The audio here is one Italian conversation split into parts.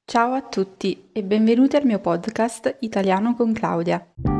Ciao a tutti e benvenuti al mio podcast Italiano con Claudia.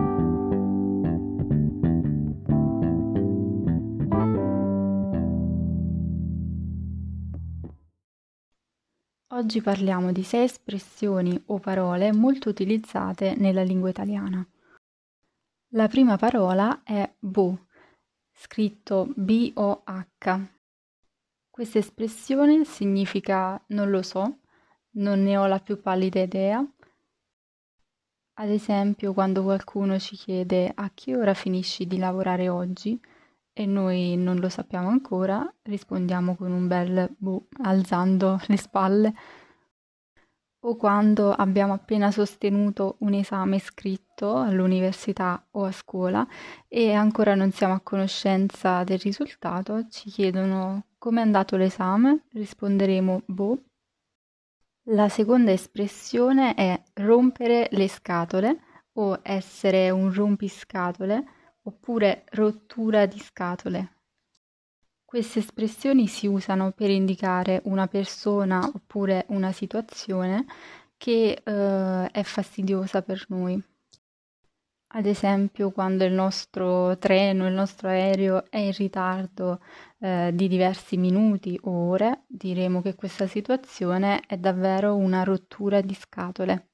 Oggi parliamo di 6 espressioni o parole molto utilizzate nella lingua italiana. La prima parola è boh, scritto B-O-H. Questa espressione significa non lo so, non ne ho la più pallida idea. Ad esempio, quando qualcuno ci chiede a che ora finisci di lavorare oggi e noi non lo sappiamo ancora, rispondiamo con un bel boh, alzando le spalle. O quando abbiamo appena sostenuto un esame scritto all'università o a scuola e ancora non siamo a conoscenza del risultato, ci chiedono come è andato l'esame, risponderemo boh. La seconda espressione è rompere le scatole o essere un rompiscatole oppure rottura di scatole. Queste espressioni si usano per indicare una persona oppure una situazione che è fastidiosa per noi. Ad esempio, quando il nostro treno, il nostro aereo è in ritardo di diversi minuti o ore, diremo che questa situazione è davvero una rottura di scatole.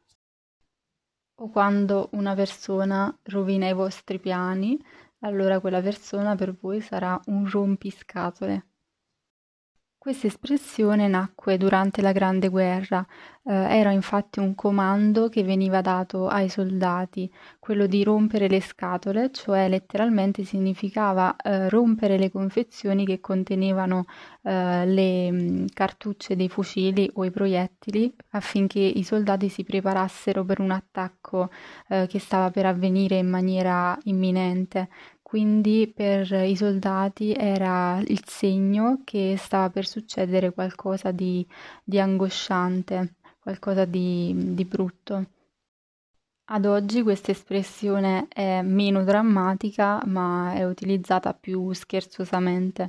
O quando una persona rovina i vostri piani, allora quella persona per voi sarà un rompiscatole. Questa espressione nacque durante la Grande Guerra, era infatti un comando che veniva dato ai soldati, quello di rompere le scatole, cioè letteralmente significava rompere le confezioni che contenevano le cartucce dei fucili o i proiettili affinché i soldati si preparassero per un attacco che stava per avvenire in maniera imminente. Quindi per i soldati era il segno che stava per succedere qualcosa di angosciante, qualcosa di brutto. Ad oggi questa espressione è meno drammatica, ma è utilizzata più scherzosamente.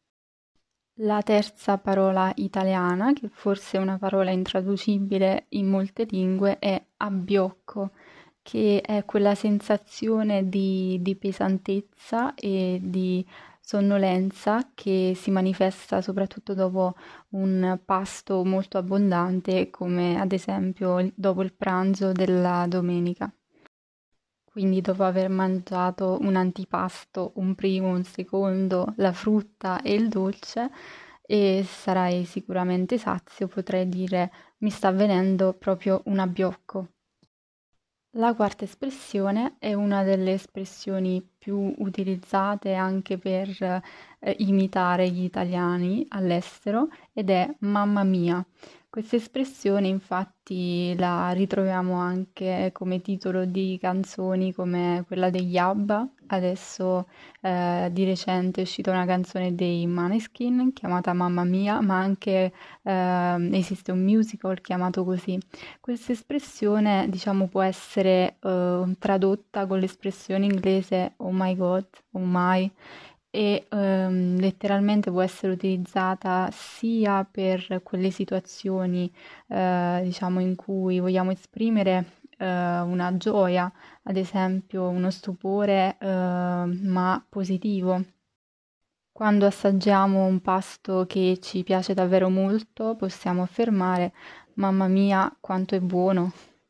La terza parola italiana, che forse è una parola intraducibile in molte lingue, è abbiocco, che è quella sensazione di pesantezza e di sonnolenza che si manifesta soprattutto dopo un pasto molto abbondante, come ad esempio dopo il pranzo della domenica. Quindi dopo aver mangiato un antipasto, un primo, un secondo, la frutta e il dolce, e sarai sicuramente sazio, potrei dire mi sta avvenendo proprio un abbiocco. La quarta espressione è una delle espressioni più utilizzate anche per imitare gli italiani all'estero ed è mamma mia. Questa espressione infatti la ritroviamo anche come titolo di canzoni come quella degli ABBA. Adesso di recente è uscita una canzone dei Maneskin chiamata Mamma Mia, ma anche esiste un musical chiamato così. Questa espressione, diciamo, può essere tradotta con l'espressione inglese oh my God, oh my, e letteralmente può essere utilizzata sia per quelle situazioni, diciamo, in cui vogliamo esprimere una gioia, ad esempio uno stupore, ma positivo. Quando assaggiamo un pasto che ci piace davvero molto, possiamo affermare Mamma mia, quanto è buono!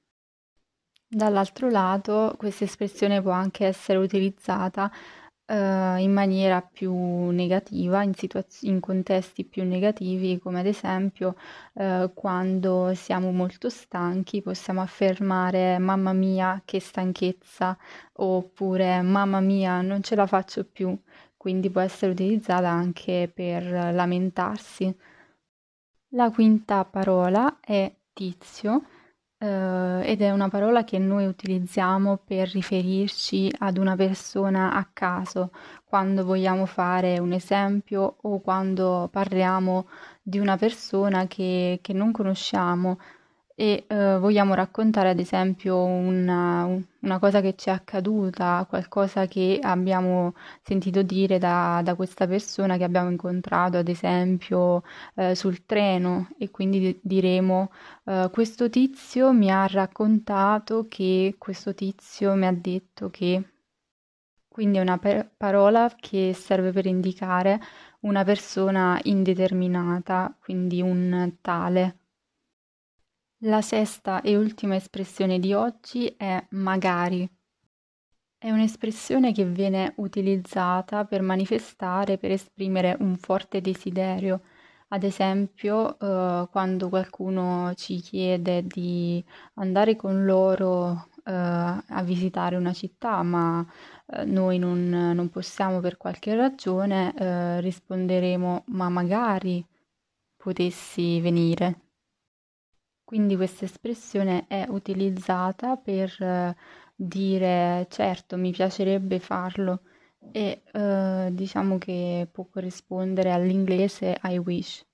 Dall'altro lato, questa espressione può anche essere utilizzata in maniera più negativa, in contesti più negativi, come ad esempio quando siamo molto stanchi, possiamo affermare Mamma mia, che stanchezza, oppure Mamma mia, non ce la faccio più. Quindi può essere utilizzata anche per lamentarsi. La quinta parola è tizio, ed è una parola che noi utilizziamo per riferirci ad una persona a caso, quando vogliamo fare un esempio o quando parliamo di una persona che non conosciamo e vogliamo raccontare ad esempio una cosa che ci è accaduta, qualcosa che abbiamo sentito dire da questa persona che abbiamo incontrato, ad esempio sul treno, e quindi diremo questo tizio mi ha raccontato che, questo tizio mi ha detto che. Quindi è una parola che serve per indicare una persona indeterminata, quindi un tale. La sesta e ultima espressione di oggi è magari. È un'espressione che viene utilizzata per manifestare, per esprimere un forte desiderio. Ad esempio, quando qualcuno ci chiede di andare con loro, a visitare una città, ma noi non possiamo per qualche ragione, risponderemo: ma magari potessi venire. Quindi questa espressione è utilizzata per dire certo, mi piacerebbe farlo e diciamo che può corrispondere all'inglese I wish.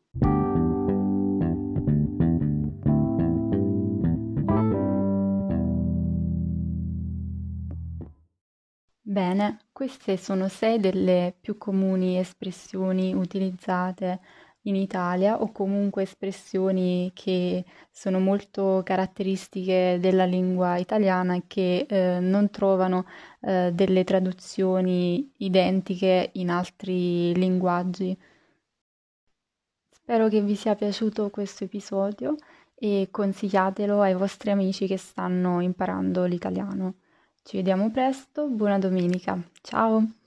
Bene, queste sono 6 delle più comuni espressioni utilizzate in Italia o comunque espressioni che sono molto caratteristiche della lingua italiana e che non trovano delle traduzioni identiche in altri linguaggi. Spero che vi sia piaciuto questo episodio e consigliatelo ai vostri amici che stanno imparando l'italiano. Ci vediamo presto, buona domenica. Ciao!